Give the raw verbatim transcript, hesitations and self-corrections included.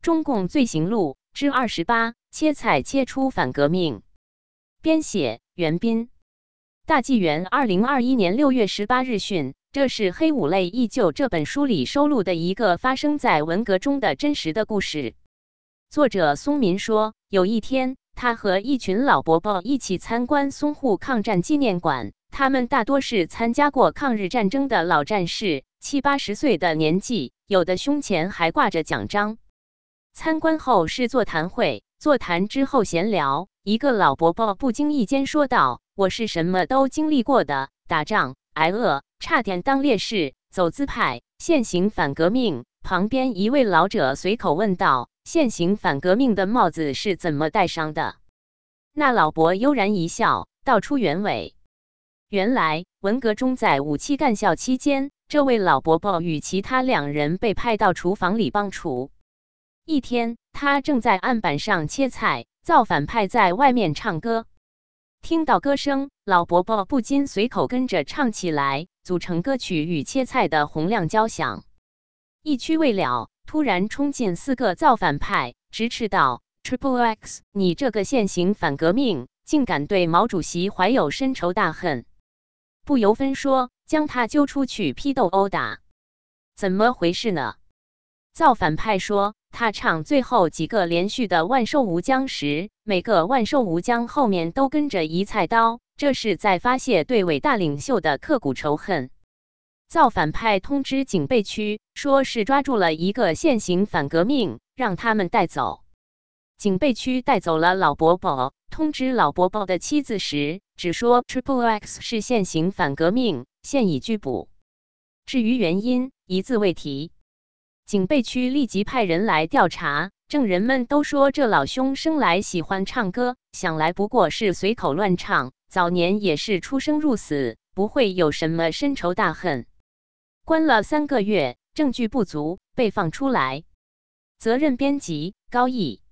中共罪行录之二十八，切菜切出反革命。编写：袁斌。大纪元二零二一年六月十八日讯，这是《黑五类忆旧》这本书里收录的一个发生在文革中的真实的故事。作者松民说，有一天，他和一群老伯伯一起参观淞沪抗战纪念馆，他们大多是参加过抗日战争的老战士，七八十岁的年纪，有的胸前还挂着奖章。参观后是座谈会，座谈之后闲聊，一个老伯伯不经意间说道：“我是什么都经历过的，打仗、挨饿，差点当烈士，走资派，现行反革命。”旁边一位老者随口问道：“现行反革命的帽子是怎么戴上的？”那老伯悠然一笑，道出原委。原来文革中在五七干校期间，这位老伯伯与其他两人被派到厨房里帮厨。一天，他正在案板上切菜，造反派在外面唱歌。听到歌声，老伯伯不禁随口跟着唱起来，组成歌曲与切菜的洪亮交响。一曲未了，突然冲进四个造反派，直斥道 ：“Triple X， 你这个现行反革命，竟敢对毛主席怀有深仇大恨！”不由分说，将他揪出去批斗殴打。怎么回事呢？造反派说，他唱最后几个连续的万寿无疆时，每个万寿无疆后面都跟着一菜刀，这是在发泄对伟大领袖的刻骨仇恨。造反派通知警备区，说是抓住了一个现行反革命，让他们带走。警备区带走了老伯伯，通知老伯伯的妻子时，只说 Triple X 是现行反革命，现已拘捕。至于原因，一字未提。警备区立即派人来调查，证人们都说这老兄生来喜欢唱歌，想来不过是随口乱唱，早年也是出生入死，不会有什么深仇大恨。关了三个月，证据不足，被放出来。责任编辑：高毅。